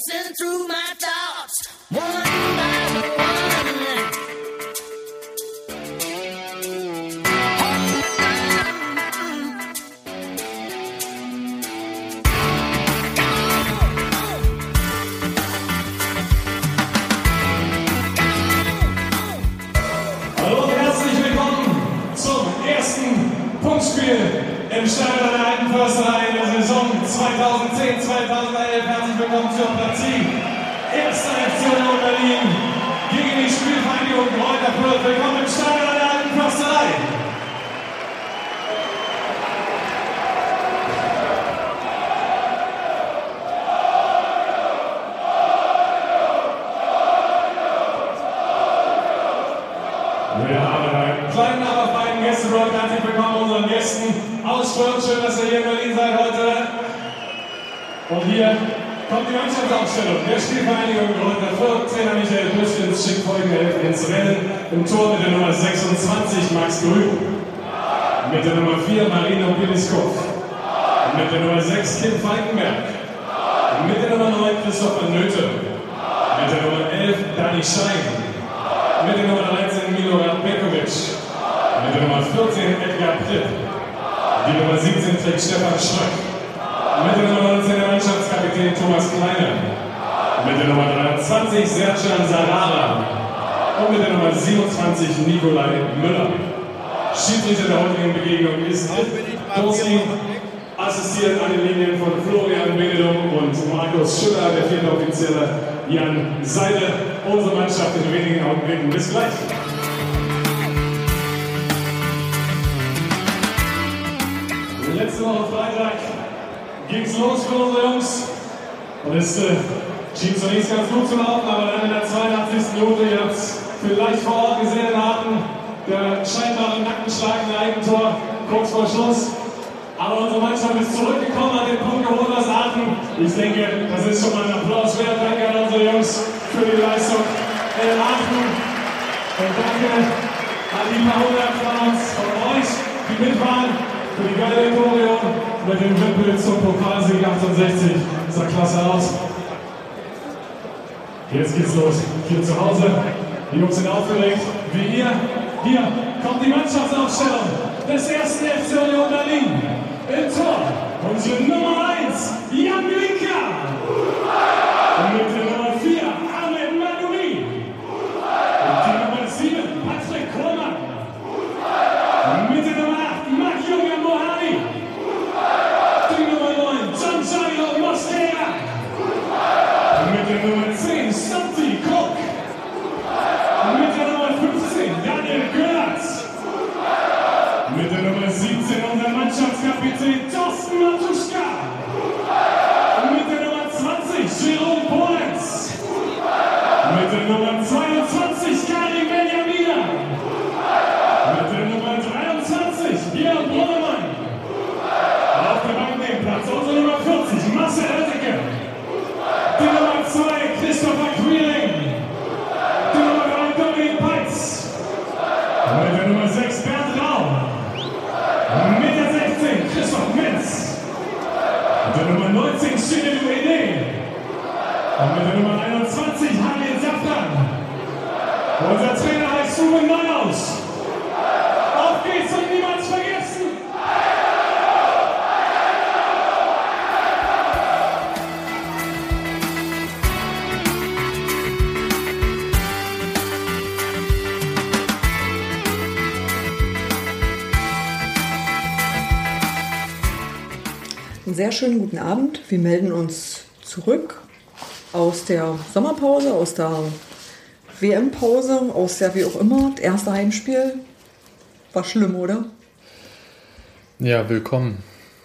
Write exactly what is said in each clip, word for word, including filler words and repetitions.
racing through my thoughts, one by one. Hallo und herzlich willkommen zum ersten Punktspiel im Stadion der Alten Försterei in der Saison zweitausendzehn zweitausendelf. Herzlich willkommen zur Partie erster F C Union Berlin gegen die Spielvereinigung Greuther Fürth. Willkommen im Stadion der Alten Försterei. Wir haben einen kleinen, aber feinen Gästeblock. Herzlich willkommen unseren Gästen aus Fürth. Schön, dass ihr hier in Berlin seid heute. Und hier kommt die Mannschaftsaufstellung der Spielvereinigung Greuther Fürth. Trainer Michael Plüschens schickt folgende Elf ins Rennen. Im Tor mit der Nummer sechsundzwanzig Max Grün. Mit der Nummer vier Marino Piliskov. Mit der Nummer sechs Kim Falkenberg. Mit der Nummer neun Christopher Nöte. Mit der Nummer elf Dani Schein. Mit der Nummer dreizehn Milorad Bekovic. Mit der Nummer vierzehn Edgar Pripp. Die Nummer siebzehn trägt Stefan Schröck. Mit der Nummer neunzehn der Mannschaftskapitän Thomas Kleiner. Mit der Nummer dreiundzwanzig Sercan Sarara. Und mit der Nummer siebenundzwanzig Nikolai Müller. Schiedsrichter der heutigen Begegnung ist Dosi, assistiert an den Linien von Florian Benedum und Markus Schüller, der vierte Offizielle Jan Seide. Unsere Mannschaft in wenigen Augenblicken. Bis gleich. Letzte Woche Freitag ging es los für unsere Jungs. Und es äh, schien zunächst ganz gut zu laufen, aber dann in der zweiundachtzigsten Minute, ihr habt es vielleicht vor Ort gesehen, Aachen, der scheinbare Nackenschlag im Eigentor kurz vor Schluss. Aber unsere Mannschaft ist zurückgekommen, hat den Punkt geholt aus Aachen. Ich denke, das ist schon mal ein Applaus wert. Danke an unsere Jungs für die Leistung in Aachen. Und danke an die paar hundert von uns, von euch, die mitfahren, für die geile Choreo mit dem Wimpel zum Pokalsieg achtundsechzig. Das sah klasse aus. Jetzt geht's los. Hier zu Hause. Die Jungs sind aufgeregt. Wie ihr. Hier kommt die Mannschaftsaufstellung des ersten F C Union Berlin. Im Tor unsere Nummer eins, Jan Linker. Und mit der Nummer vier, Ahmed Madoui. Und die Nummer sieben, Patrick Kohlmann. Und mit der Nummer acht, Mark-Julian Mohani. Die Nummer neun, Giancarlo Mosquera. Und mit der Nummer zehn, Santi Kruk. Und mit der Nummer fünfzehn, Daniel Göratz. Mit der Nummer siebzehn unser Mannschaftskapitän Thorsten Matuschka. Und mit der Nummer zwanzig Jerome Polenz. Mit der Nummer zweiundzwanzig Karim Benjamina. Mit der Nummer dreiundzwanzig Björn Brunnemann. Auf der Bank neben Platz unsere Nummer vierzig Marcel Oetteke. Die Nummer zwei Christopher Queering. Die Nummer drei Dominik Peitz. Und mit der Nummer sechs Bernd Rau. Mit der sechzehn Christoph Metz. Mit der Nummer neunzehn Shigeru Ede. Und mit der Nummer einundzwanzig Halil Safran. Unser Trainer heißt Ruben Neuhaus. Auf geht's und niemals vergessen! Einen sehr schönen guten Abend. Wir melden uns zurück aus der Sommerpause, aus der W M-Pause, aus der wie auch immer. Das erste Heimspiel war schlimm, oder? Ja, willkommen.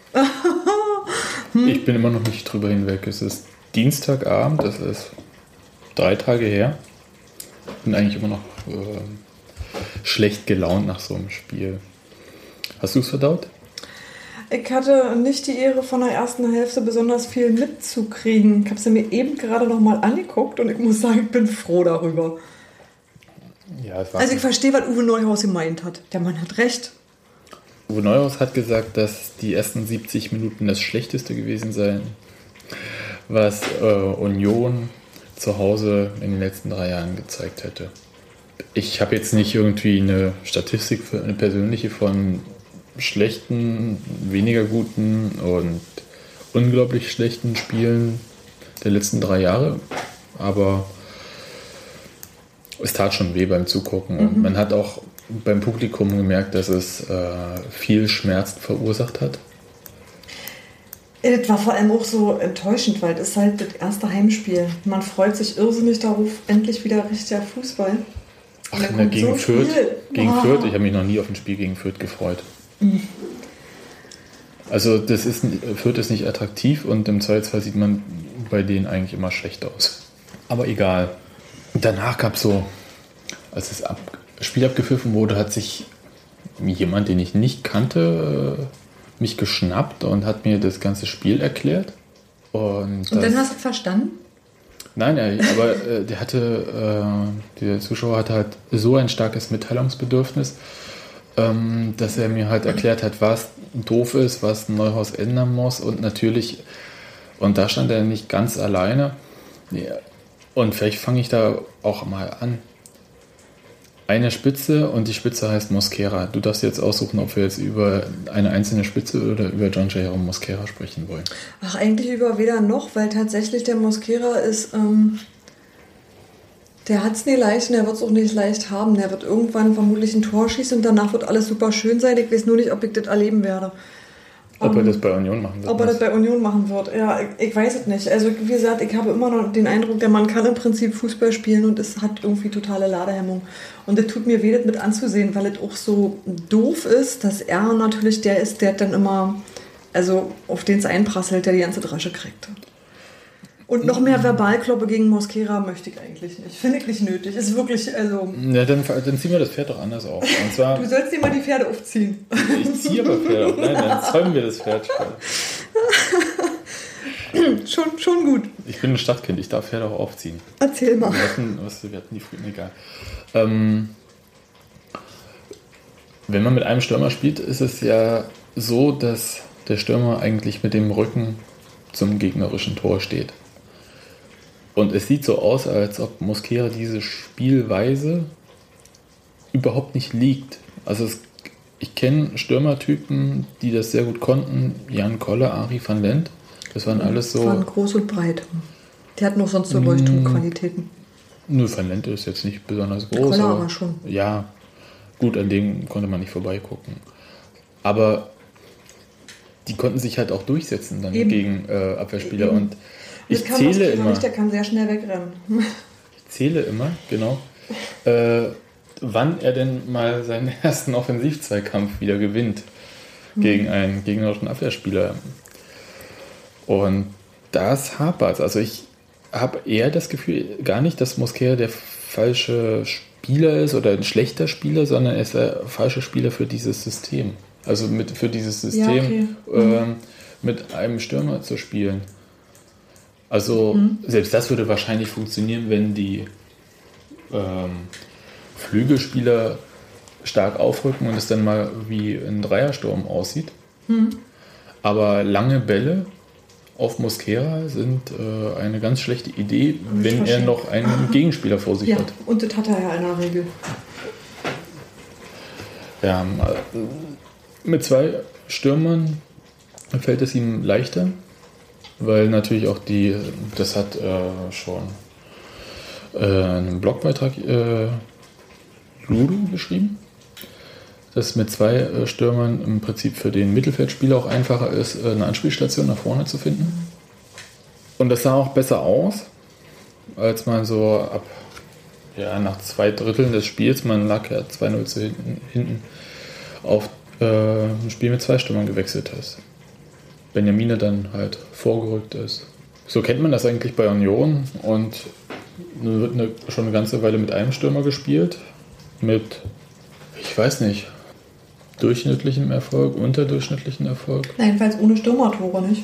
hm? Ich bin immer noch nicht drüber hinweg. Es ist Dienstagabend, es ist drei Tage her. Bin eigentlich immer noch äh, schlecht gelaunt nach so einem Spiel. Hast du es verdaut? Ich hatte nicht die Ehre, von der ersten Hälfte besonders viel mitzukriegen. Ich habe sie mir eben gerade noch mal angeguckt und ich muss sagen, ich bin froh darüber. Ja, es war also ich verstehe, was Uwe Neuhaus gemeint hat. Der Mann hat recht. Uwe Neuhaus hat gesagt, dass die ersten siebzig Minuten das Schlechteste gewesen seien, was äh, Union zu Hause in den letzten drei Jahren gezeigt hätte. Ich habe jetzt nicht irgendwie eine Statistik, für eine persönliche von schlechten, weniger guten und unglaublich schlechten Spielen der letzten drei Jahre, aber es tat schon weh beim Zugucken. Und mhm. man hat auch beim Publikum gemerkt, dass es äh, viel Schmerzen verursacht hat. Das war vor allem auch so enttäuschend, weil es ist halt das erste Heimspiel. Man freut sich irrsinnig darauf, endlich wieder richtiger Fußball. Ach, na, gegen so Fürth, gegen oh. Fürth, ich habe mich noch nie auf ein Spiel gegen Fürth gefreut. Mhm. Also das ist, Fürth ist nicht attraktiv und im Zweifelsfall sieht man bei denen eigentlich immer schlecht aus. Aber egal. Danach gab es so, als das Ab- Spiel abgepfiffen wurde, hat sich jemand, den ich nicht kannte, mich geschnappt und hat mir das ganze Spiel erklärt. Und, und dann hast du verstanden? Nein, aber äh, der hatte, äh, der Zuschauer hatte halt so ein starkes Mitteilungsbedürfnis, ähm, dass er mir halt erklärt hat, was doof ist, was Neuhaus ändern muss und natürlich, und da stand er nicht ganz alleine. Und vielleicht fange ich da auch mal an. Eine Spitze und die Spitze heißt Mosquera. Du darfst jetzt aussuchen, ob wir jetzt über eine einzelne Spitze oder über John Jerome Mosquera sprechen wollen. Ach, eigentlich über weder noch, weil tatsächlich der Mosquera ist, ähm, der hat es nie leicht und der wird es auch nicht leicht haben. Der wird irgendwann vermutlich ein Tor schießen und danach wird alles super schön sein. Ich weiß nur nicht, ob ich das erleben werde. Ob er das bei Union machen wird. Ob er das bei Union machen wird, ja, ich, ich weiß es nicht. Also wie gesagt, ich habe immer noch den Eindruck, der Mann kann im Prinzip Fußball spielen und es hat irgendwie totale Ladehemmung. Und das tut mir weh, das mit anzusehen, weil es auch so doof ist, dass er natürlich der ist, der dann immer, also auf den es einprasselt, der die ganze Drasche kriegt. Und noch mehr Verbalkloppe gegen Mosquera möchte ich eigentlich nicht. Finde ich nicht nötig. Ist wirklich, also... Ja, dann, dann ziehen wir das Pferd doch anders auf. Und zwar, du sollst dir mal die Pferde aufziehen. Ich ziehe aber Pferde auf. Nein, dann zäumen wir das Pferd schon. schon. Schon gut. Ich bin ein Stadtkind, ich darf Pferde auch aufziehen. Erzähl mal. Wir hatten, was, wir hatten die früher, egal. Ähm, wenn man mit einem Stürmer spielt, ist es ja so, dass der Stürmer eigentlich mit dem Rücken zum gegnerischen Tor steht. Und es sieht so aus, als ob Mosquera diese Spielweise überhaupt nicht liegt. Also es, ich kenne Stürmertypen, die das sehr gut konnten. Jan Koller, Arie van Lent. Das waren alles so... Waren groß und breit. Die hatten noch sonst so Leuchtturmqualitäten. Nur van Lent ist jetzt nicht besonders groß. Koller aber, aber schon. Ja, gut, an dem konnte man nicht vorbeigucken. Aber die konnten sich halt auch durchsetzen dann Eben. gegen äh, Abwehrspieler. Eben. Und ich kann zähle immer. Nicht, der kann sehr schnell wegrennen. Ich zähle immer, genau, äh, wann er denn mal seinen ersten Offensivzweikampf wieder gewinnt hm. gegen einen gegnerischen Abwehrspieler. Und das hapert. Also ich habe eher das Gefühl, gar nicht, dass Mosquera der falsche Spieler ist oder ein schlechter Spieler, sondern er ist der falsche Spieler für dieses System. Also mit, für dieses System ja, okay. äh, mhm. mit einem Stürmer zu spielen. Also mhm. selbst das würde wahrscheinlich funktionieren, wenn die ähm, Flügelspieler stark aufrücken und es dann mal wie ein Dreiersturm aussieht. Mhm. Aber lange Bälle auf Mosquera sind äh, eine ganz schlechte Idee, wenn er noch einen Gegenspieler vor sich ja, hat. Und das hat er ja in der Regel. Ja, mit zwei Stürmern fällt es ihm leichter. Weil natürlich auch die, das hat äh, schon äh, einen Blogbeitrag äh, Ludo geschrieben, dass mit zwei äh, Stürmern im Prinzip für den Mittelfeldspieler auch einfacher ist, äh, eine Anspielstation nach vorne zu finden. Und das sah auch besser aus, als man so ab, ja, nach zwei Dritteln des Spiels, man lag ja zwei null zu hinten, hinten auf äh, ein Spiel mit zwei Stürmern gewechselt ist. Benjamine dann halt vorgerückt ist. So kennt man das eigentlich bei Union und wird eine, schon eine ganze Weile mit einem Stürmer gespielt. Mit, ich weiß nicht, durchschnittlichem Erfolg, unterdurchschnittlichem Erfolg. Jedenfalls ohne Stürmertore, nicht?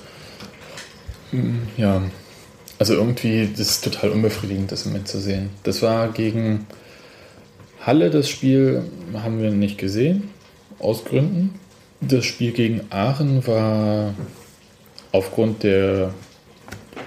Ja, also irgendwie, das ist total unbefriedigend, das mitzusehen. Das war gegen Halle, das Spiel haben wir nicht gesehen, aus Gründen. Das Spiel gegen Aachen war aufgrund der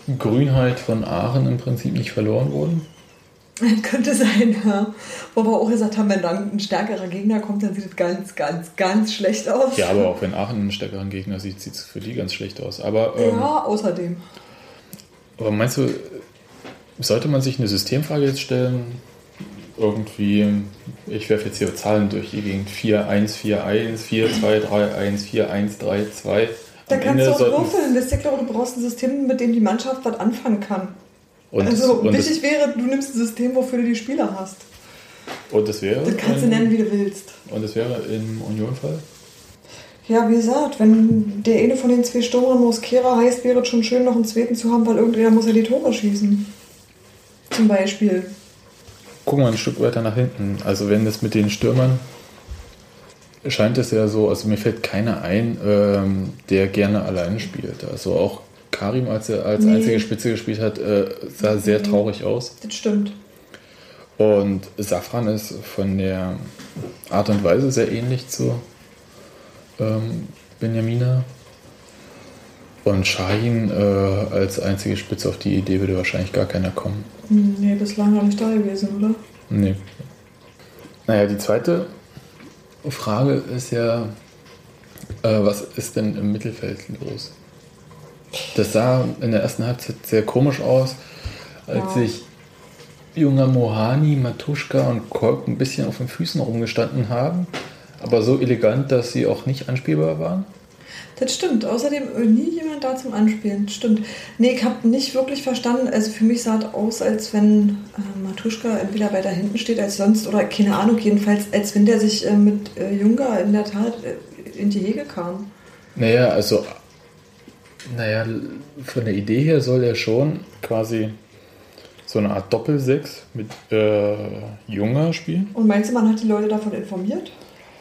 Grünheit von Aachen im Prinzip nicht verloren wurden? Könnte sein, ja. Wo wir auch gesagt haben, wenn dann ein stärkerer Gegner kommt, dann sieht es ganz, ganz, ganz schlecht aus. Ja, aber auch wenn Aachen einen stärkeren Gegner sieht, sieht es für die ganz schlecht aus. Aber, ähm, ja, außerdem. Aber meinst du, sollte man sich eine Systemfrage jetzt stellen? Irgendwie, ich werfe jetzt hier Zahlen durch die Gegend. vier eins vier eins, vier zwei drei eins, vier eins drei zwei. Da kannst du auch würfeln. Das ist ja klar, du brauchst ein System, mit dem die Mannschaft was anfangen kann. Und, also und wichtig das, wäre, du nimmst ein System, wofür du die Spieler hast. Und das wäre? Das kannst in, du nennen, wie du willst. Und das wäre im Union-Fall? Ja, wie gesagt, wenn der eine von den zwei Stürmern Mosquera heißt, wäre es schon schön, noch einen zweiten zu haben, weil irgendwer muss ja die Tore schießen. Zum Beispiel. Gucken wir ein Stück weiter nach hinten. Also wenn das mit den Stürmern scheint es ja so, also mir fällt keiner ein, ähm, der gerne alleine spielt. Also auch Karim, als er als nee. einzige Spitze gespielt hat, äh, sah sehr nee. traurig aus. Das stimmt. Und Safran ist von der Art und Weise sehr ähnlich zu ähm, Benjamina. Und Şahin äh, als einzige Spitze, auf die Idee würde wahrscheinlich gar keiner kommen. Nee, bislang noch nicht da gewesen, oder? Nee. Naja, die zweite Frage ist ja, äh, was ist denn im Mittelfeld los? Das sah in der ersten Halbzeit sehr komisch aus, als ja. sich junger Mohani, Matuschka und Kolk ein bisschen auf den Füßen rumgestanden haben, aber so elegant, dass sie auch nicht anspielbar waren. Das stimmt. Außerdem nie jemand da zum Anspielen. Stimmt. Nee, ich habe nicht wirklich verstanden. Also für mich sah es aus, als wenn äh, Matuschka entweder weiter hinten steht als sonst oder keine Ahnung, jedenfalls als wenn der sich äh, mit äh, Junga in der Tat äh, in die Hege kam. Naja, also naja, von der Idee her soll er schon quasi so eine Art Doppelsechs mit äh, Junga spielen. Und meinst du, man hat die Leute davon informiert?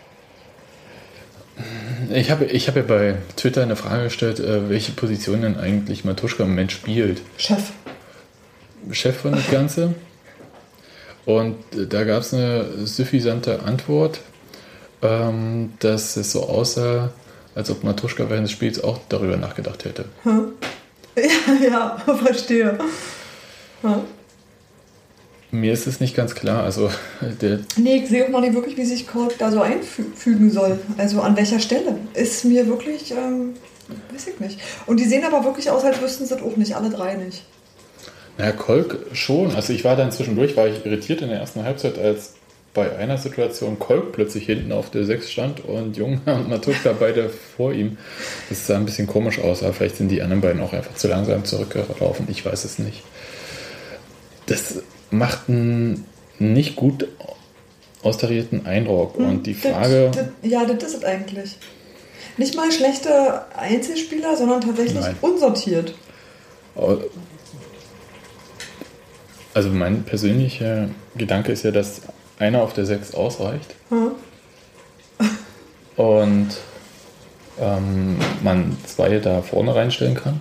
Ich habe ich hab ja bei Twitter eine Frage gestellt, äh, welche Position denn eigentlich Matuschka im Moment spielt. Chef. Chef von das Ganze. Und äh, da gab es eine suffisante Antwort, ähm, dass es so aussah, als ob Matuschka während des Spiels auch darüber nachgedacht hätte. Hm. Ja, ja, verstehe. Hm. Mir ist es nicht ganz klar. Also der nee, ich sehe auch noch nicht wirklich, wie sich Kolk da so einfügen soll. Also an welcher Stelle. Ist mir wirklich, ähm, weiß ich nicht. Und die sehen aber wirklich aus, als wüssten sie das auch nicht, alle drei nicht. Naja, Kolk schon. Also ich war dann zwischendurch, war ich irritiert in der ersten Halbzeit, als bei einer Situation Kolk plötzlich hinten auf der sechs stand und Junga und Matuschka beide vor ihm. Das sah ein bisschen komisch aus, aber vielleicht sind die anderen beiden auch einfach zu langsam zurückgelaufen. Ich weiß es nicht. Das macht einen nicht gut austarierten Eindruck. Und die Frage... Das, das, ja, das ist es eigentlich. Nicht mal schlechte Einzelspieler, sondern tatsächlich Nein. unsortiert. Also mein persönlicher Gedanke ist ja, dass einer auf der sechs ausreicht. Hm. Und ähm, man zwei da vorne reinstellen kann.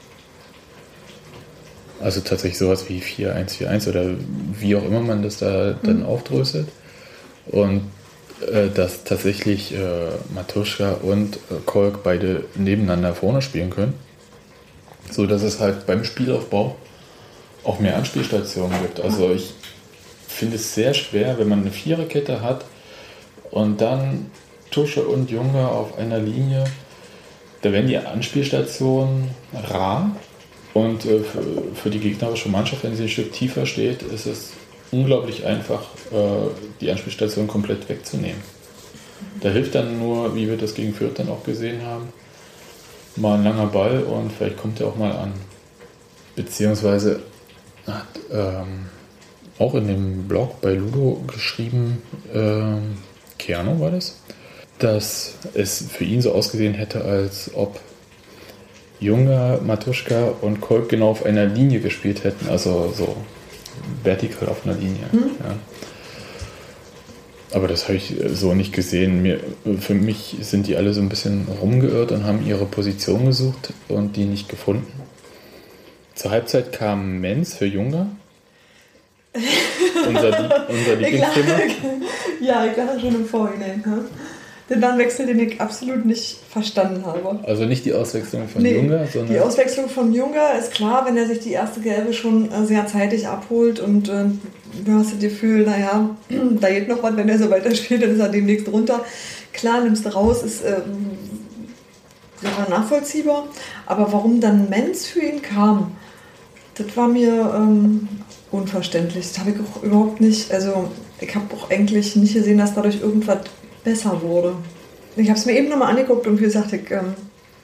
Also tatsächlich sowas wie vier eins vier eins oder wie auch immer man das da dann mhm. aufdröselt. Und äh, dass tatsächlich äh, Matuschka und äh, Kolk beide nebeneinander vorne spielen können. So dass es halt beim Spielaufbau auch mehr Anspielstationen gibt. Also ich finde es sehr schwer, wenn man eine Viererkette hat und dann Tusche und Junge auf einer Linie. Da werden die Anspielstationen rar. Und äh, für, für die gegnerische Mannschaft, wenn sie ein Stück tiefer steht, ist es unglaublich einfach, äh, die Anspielstation komplett wegzunehmen. Da hilft dann nur, wie wir das gegen Fürth dann auch gesehen haben, mal ein langer Ball und vielleicht kommt er auch mal an. Beziehungsweise hat ähm, auch in dem Blog bei Ludo geschrieben, ähm, Keanu war das, dass es für ihn so ausgesehen hätte, als ob Junga, Matuschka und Kolk genau auf einer Linie gespielt hätten, also so vertikal auf einer Linie. Mhm. Ja. Aber das habe ich so nicht gesehen. Mir, für mich sind die alle so ein bisschen rumgeirrt und haben ihre Position gesucht und die nicht gefunden. Zur Halbzeit kam Menz für Junga. unser, unser Lieblingsthema. Ja, ich lache schon im Vorhinein. Hm? Das war ein Wechsel, den ich absolut nicht verstanden habe. Also nicht die Auswechslung von Nee, Junger, sondern... Die Auswechslung von Junger ist klar, wenn er sich die erste Gelbe schon äh, sehr zeitig abholt und äh, du hast das Gefühl, naja, da geht noch was, wenn er so weiterspielt, dann ist er demnächst runter. Klar, nimmst du raus, ist äh, ja, nachvollziehbar, aber warum dann Menz für ihn kam, das war mir ähm, unverständlich. Das habe ich auch überhaupt nicht, also ich habe auch eigentlich nicht gesehen, dass dadurch irgendwas besser wurde. Ich habe es mir eben nochmal angeguckt und wie gesagt, ich ähm,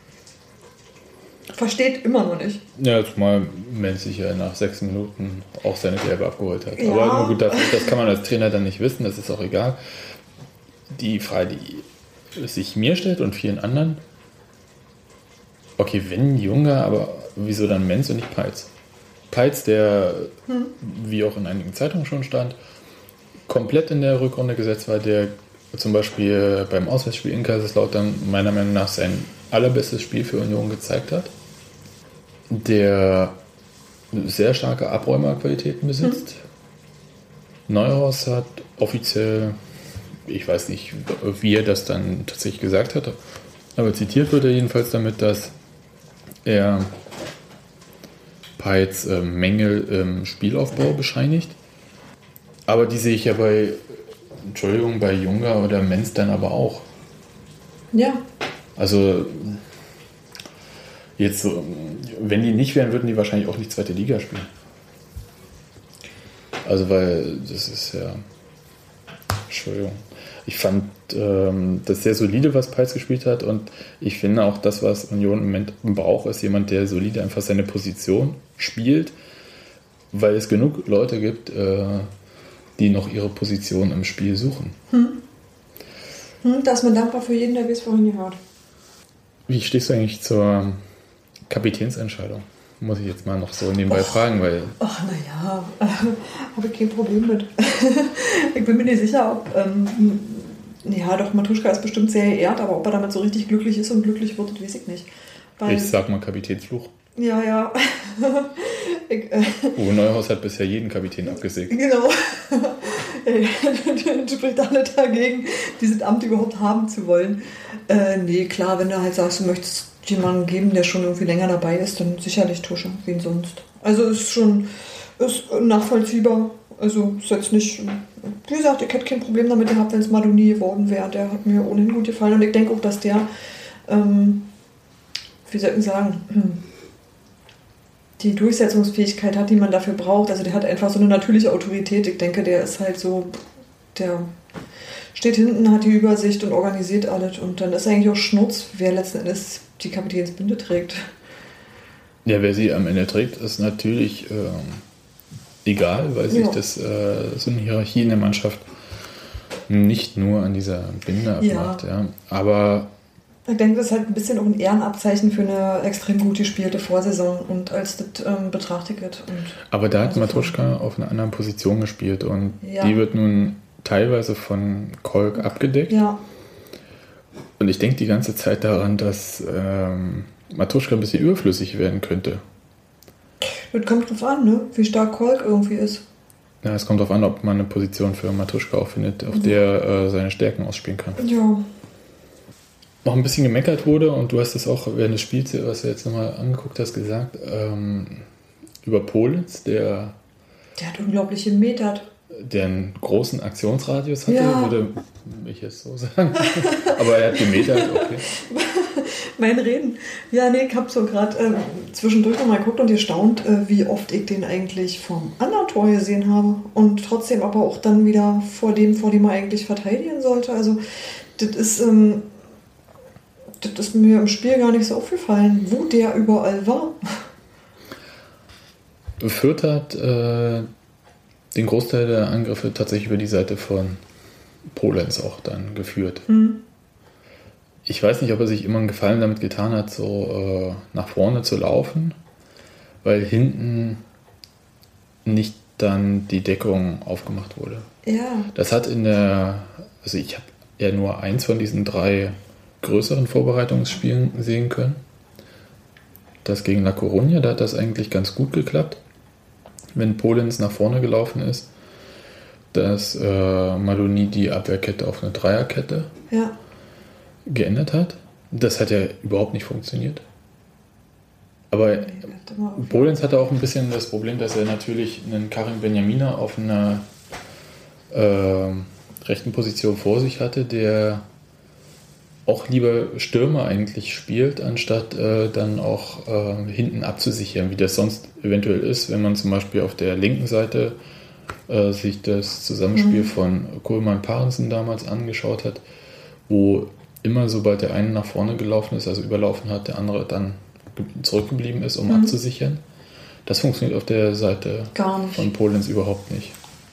versteht immer noch nicht. Ja, zumal Menz sich ja nach sechs Minuten auch seine Gelbe abgeholt hat. Ja. Aber gut, das, das kann man als Trainer dann nicht wissen, das ist auch egal. Die Frage, die sich mir stellt und vielen anderen, okay, wenn Junge, aber wieso dann Menz und nicht Peitz? Peitz, der, hm. wie auch in einigen Zeitungen schon stand, komplett in der Rückrunde gesetzt war, der zum Beispiel beim Auswärtsspiel in Kaiserslautern meiner Meinung nach sein allerbestes Spiel für Union gezeigt hat, der sehr starke Abräumerqualitäten besitzt. Hm. Neuhaus hat offiziell, ich weiß nicht, wie er das dann tatsächlich gesagt hat, aber zitiert wird er jedenfalls damit, dass er Peitz äh, Mängel im Spielaufbau bescheinigt. Aber die sehe ich ja bei, Entschuldigung, bei Junger oder Menz dann aber auch. Ja. Also jetzt, so, wenn die nicht wären, würden die wahrscheinlich auch nicht zweite Liga spielen. Also weil das ist ja, Entschuldigung. Ich fand ähm, das sehr solide, was Peitz gespielt hat, und ich finde auch das, was Union im Moment braucht, ist jemand, der solide einfach seine Position spielt, weil es genug Leute gibt, äh, die noch ihre Position im Spiel suchen. Hm. Hm, da ist man dankbar für jeden, der wie es vorhin gehört. Wie stehst du eigentlich zur Kapitänsentscheidung? Muss ich jetzt mal noch so nebenbei Och. fragen, weil... Ach, naja, äh, habe ich kein Problem mit. Ich bin mir nicht sicher, ob... Ähm, ja, doch, Matuschka ist bestimmt sehr geehrt, aber ob er damit so richtig glücklich ist und glücklich wird, das weiß ich nicht. Weil, ich sag mal Kapitänsfluch. Ja, ja. ich, äh, Uwe Neuhaus hat bisher jeden Kapitän abgesägt. Genau. Das spricht alle dagegen, dieses Amt überhaupt haben zu wollen. Äh, nee, klar, wenn du halt sagst, du möchtest jemanden geben, der schon irgendwie länger dabei ist, dann sicherlich Tusche, wen sonst. Also ist schon ist nachvollziehbar. Also ist jetzt nicht, wie gesagt, ich hätte kein Problem damit gehabt, wenn es Madoni geworden wäre. Der hat mir ohnehin gut gefallen und ich denke auch, dass der, ähm, wie soll ich sagen, die Durchsetzungsfähigkeit hat, die man dafür braucht. Also der hat einfach so eine natürliche Autorität. Ich denke, der ist halt so, der steht hinten, hat die Übersicht und organisiert alles. Und dann ist eigentlich auch Schnurz, wer letzten Endes die Kapitänsbinde trägt. Ja, wer sie am Ende trägt, ist natürlich ähm, egal, weil sich ja. das äh, so eine Hierarchie in der Mannschaft nicht nur an dieser Binde abmacht. Ja. Ja. Aber ich denke, das ist halt ein bisschen auch ein Ehrenabzeichen für eine extrem gut gespielte Vorsaison und als das ähm, betrachtet wird. Und aber da hat Matuschka auf einer anderen Position gespielt und ja. die wird nun teilweise von Kolk abgedeckt. Ja. Und ich denke die ganze Zeit daran, dass ähm, Matuschka ein bisschen überflüssig werden könnte. Das kommt drauf an, ne? Wie stark Kolk irgendwie ist. Ja, es kommt darauf an, ob man eine Position für Matuschka auch findet, auf mhm. der äh, seine Stärken ausspielen kann. Ja. Noch ein bisschen gemeckert wurde, und du hast es auch während des Spiels, was du jetzt nochmal angeguckt hast, gesagt, ähm, über Polenz, der... Der hat unglaublich gemetert. Der einen großen Aktionsradius hatte, ja. würde ich jetzt so sagen. Aber er hat gemetert, okay. Mein Reden. Ja, nee, ich habe so gerade äh, zwischendurch nochmal geguckt und gestaunt, äh, wie oft ich den eigentlich vom anderen Tor gesehen habe. Und trotzdem aber auch dann wieder vor dem, vor dem er eigentlich verteidigen sollte. Also, das ist... Ähm, Das ist mir im Spiel gar nicht so aufgefallen, wo der überall war. Fürth hat äh, den Großteil der Angriffe tatsächlich über die Seite von Polenz auch dann geführt. Hm. Ich weiß nicht, ob er sich immer einen Gefallen damit getan hat, so äh, nach vorne zu laufen, weil hinten nicht dann die Deckung aufgemacht wurde. Ja. Das hat in der, also ich habe ja nur eins von diesen drei größeren Vorbereitungsspielen sehen können. Das gegen La Coruña, da hat das eigentlich ganz gut geklappt, wenn Polenz nach vorne gelaufen ist, dass äh, Maloni die Abwehrkette auf eine Dreierkette ja. geändert hat. Das hat ja überhaupt nicht funktioniert. Aber Polenz hatte auch ein bisschen das Problem, dass er natürlich einen Karim Benjamina auf einer äh, rechten Position vor sich hatte, der auch lieber Stürmer eigentlich spielt, anstatt äh, dann auch äh, hinten abzusichern, wie das sonst eventuell ist, wenn man zum Beispiel auf der linken Seite äh, sich das Zusammenspiel mhm. von Kohlmann-Parensen damals angeschaut hat, wo immer sobald der eine nach vorne gelaufen ist, also überlaufen hat, der andere dann zurückgeblieben ist, um mhm. abzusichern. Das funktioniert auf der Seite von Polenz überhaupt nicht.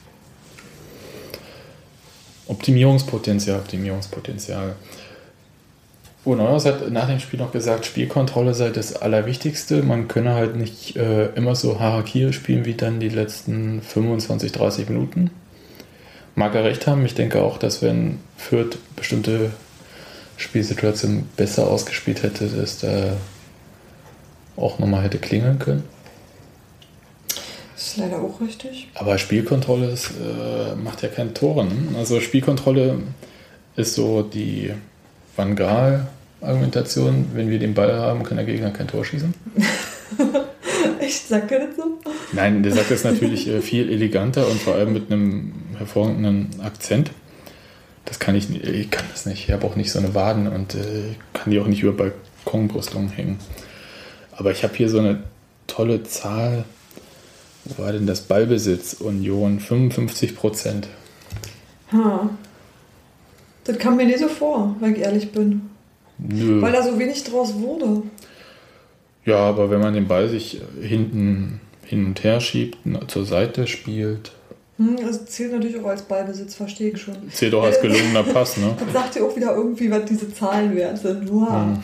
Optimierungspotenzial, Optimierungspotenzial. Uwe Neuhaus hat nach dem Spiel noch gesagt, Spielkontrolle sei das Allerwichtigste. Man könne halt nicht äh, immer so Harakiri spielen wie dann die letzten fünfundzwanzig, dreißig Minuten. Mag er recht haben. Ich denke auch, dass wenn Fürth bestimmte Spielsituationen besser ausgespielt hätte, dass da auch nochmal hätte klingeln können. Das ist leider auch richtig. Aber Spielkontrolle das, äh, macht ja kein Tor. Ne? Also Spielkontrolle ist so die Van Gaal-Argumentation, wenn wir den Ball haben, kann der Gegner kein Tor schießen. Echt? Sagt er das so? Nein, der sagt das natürlich äh, viel eleganter und vor allem mit einem hervorragenden Akzent. Das kann ich nicht. Ich kann das nicht. Ich habe auch nicht so eine Waden und äh, kann die auch nicht über Balkonbrüstungen hängen. Aber ich habe hier so eine tolle Zahl. Wo war denn das Ballbesitz? Union fünfundfünfzig Prozent. Ha. Das kam mir nicht so vor, wenn ich ehrlich bin. Nö. Weil da so wenig draus wurde. Ja, aber wenn man den Ball sich hinten hin und her schiebt, zur Seite spielt. Hm, also zählt natürlich auch als Ballbesitz, verstehe ich schon. Zählt auch als gelungener Pass, ne? Das sagt ja auch wieder irgendwie, was diese Zahlen wert sind. Wow. Hm.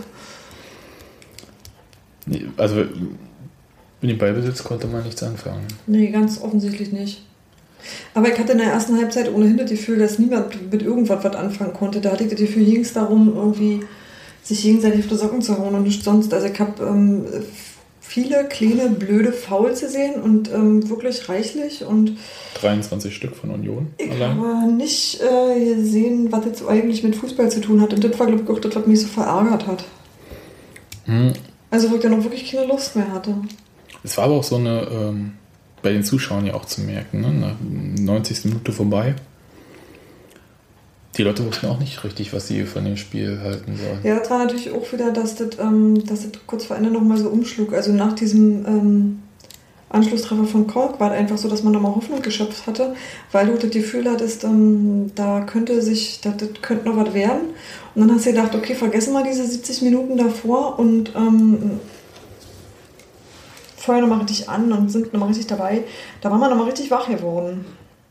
Also mit dem Ballbesitz konnte man nichts anfangen. Nee, ganz offensichtlich nicht. Aber ich hatte in der ersten Halbzeit ohnehin das Gefühl, dass niemand mit irgendwas was anfangen konnte. Da hatte ich das Gefühl, ging es darum, irgendwie sich gegenseitig auf die Socken zu hauen und nicht sonst. Also ich habe ähm, viele kleine, blöde Fouls gesehen und ähm, wirklich reichlich. Und dreiundzwanzig Stück von Union ich allein. habe nicht äh, gesehen, was jetzt eigentlich mit Fußball zu tun hat. Und das war, glaube ich, auch das, was mich so verärgert hat. Hm. Also wo ich dann auch wirklich keine Lust mehr hatte. Es war aber auch so eine, ähm, bei den Zuschauern ja auch zu merken, ne? Nach neunzigsten Minute vorbei. Die Leute wussten auch nicht richtig, was sie von dem Spiel halten sollen. Ja, das war natürlich auch wieder, dass das, ähm, dass das kurz vor Ende nochmal so umschlug. Also nach diesem ähm, Anschlusstreffer von Kork war es einfach so, dass man nochmal Hoffnung geschöpft hatte, weil du das Gefühl hattest, ähm, da könnte sich, das, das könnte noch was werden. Und dann hast du gedacht, okay, vergessen wir diese siebzig Minuten davor und ähm, feuern nochmal richtig an und sind nochmal richtig dabei. Da war man nochmal richtig wach geworden.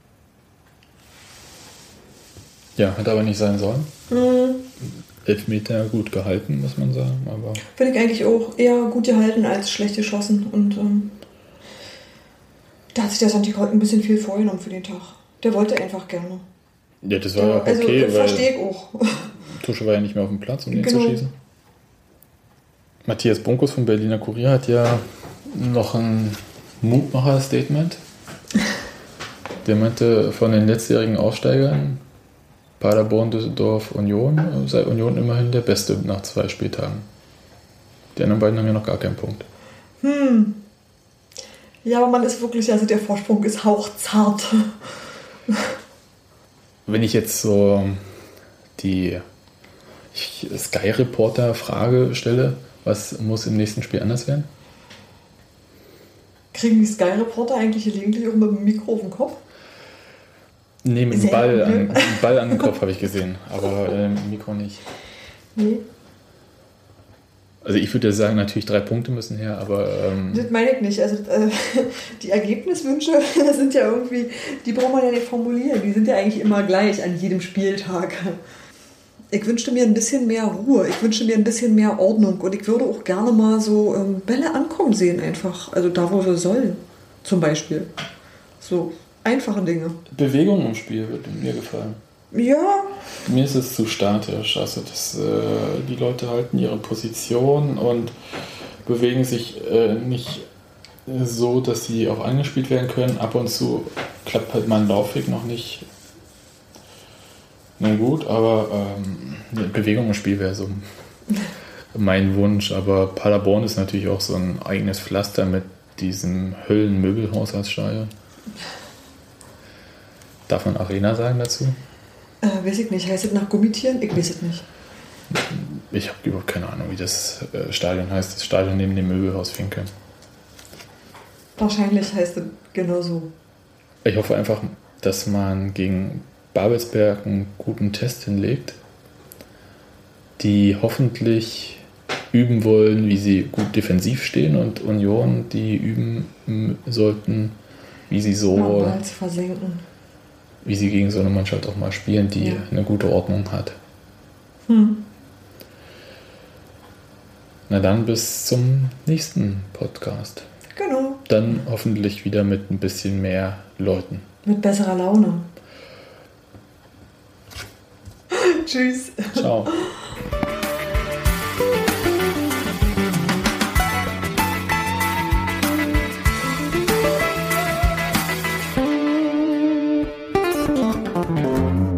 Ja, hat aber nicht sein sollen. Mhm. Elfmeter gut gehalten, muss man sagen. Aber finde ich eigentlich auch eher gut gehalten als schlecht geschossen. Und ähm, da hat sich der Santi heute ein bisschen viel vorgenommen für den Tag. Der wollte einfach gerne. Ja, das war ja auch also, okay, also, weil verstehe ich auch. Tusche war ja nicht mehr auf dem Platz, um den genau. zu schießen. Matthias Bunkus vom Berliner Kurier hat ja noch ein Mutmacher-Statement. Der meinte, von den letztjährigen Aufsteigern Paderborn, Düsseldorf, Union, sei Union immerhin der Beste nach zwei Spieltagen. Die anderen beiden haben ja noch gar keinen Punkt. Hm. Ja, aber man ist wirklich, also der Vorsprung ist hauchzart. Wenn ich jetzt so die Sky-Reporter-Frage stelle, was muss im nächsten Spiel anders werden? Kriegen die Sky-Reporter eigentlich gelegentlich auch mit dem Mikro auf den Kopf? Nee, mit dem Ball an, Ball an den Kopf habe ich gesehen, aber äh, Mikro nicht. Nee. Also ich würde sagen, natürlich drei Punkte müssen her, aber... Ähm das meine ich nicht. Also äh, die Ergebniswünsche sind ja irgendwie, die braucht man ja nicht formulieren. Die sind ja eigentlich immer gleich an jedem Spieltag. Ich wünschte mir ein bisschen mehr Ruhe. Ich wünschte mir ein bisschen mehr Ordnung. Und ich würde auch gerne mal so ähm, Bälle ankommen sehen einfach. Also da, wo wir sollen. Zum Beispiel. So einfache Dinge. Bewegung im Spiel würde mir gefallen. Ja. Mir ist es zu statisch. Also das, äh, die Leute halten ihre Position und bewegen sich äh, nicht so, dass sie auch angespielt werden können. Ab und zu klappt halt mein Laufweg noch nicht. Nun gut, aber ähm, ja, Bewegung im Spiel wäre so mein Wunsch. Aber Paderborn ist natürlich auch so ein eigenes Pflaster mit diesem Höllenmöbelhaus als Stadion. Darf man Arena sagen dazu? Äh, weiß ich nicht. Heißt es nach Gummitieren? Ich weiß es nicht. Ich habe überhaupt keine Ahnung, wie das äh, Stadion heißt. Das Stadion neben dem Möbelhaus Finke. Wahrscheinlich heißt es genau so. Ich hoffe einfach, dass man gegen Babelsberg einen guten Test hinlegt, die hoffentlich üben wollen, wie sie gut defensiv stehen, und Union, die üben m- sollten, wie sie so, Nochmals versenken. wie sie gegen so eine Mannschaft auch mal spielen, die Ja. eine gute Ordnung hat. Hm. Na dann bis zum nächsten Podcast. Genau. Dann hoffentlich wieder mit ein bisschen mehr Leuten. Mit besserer Laune. Tschüss. Ciao. Thank you.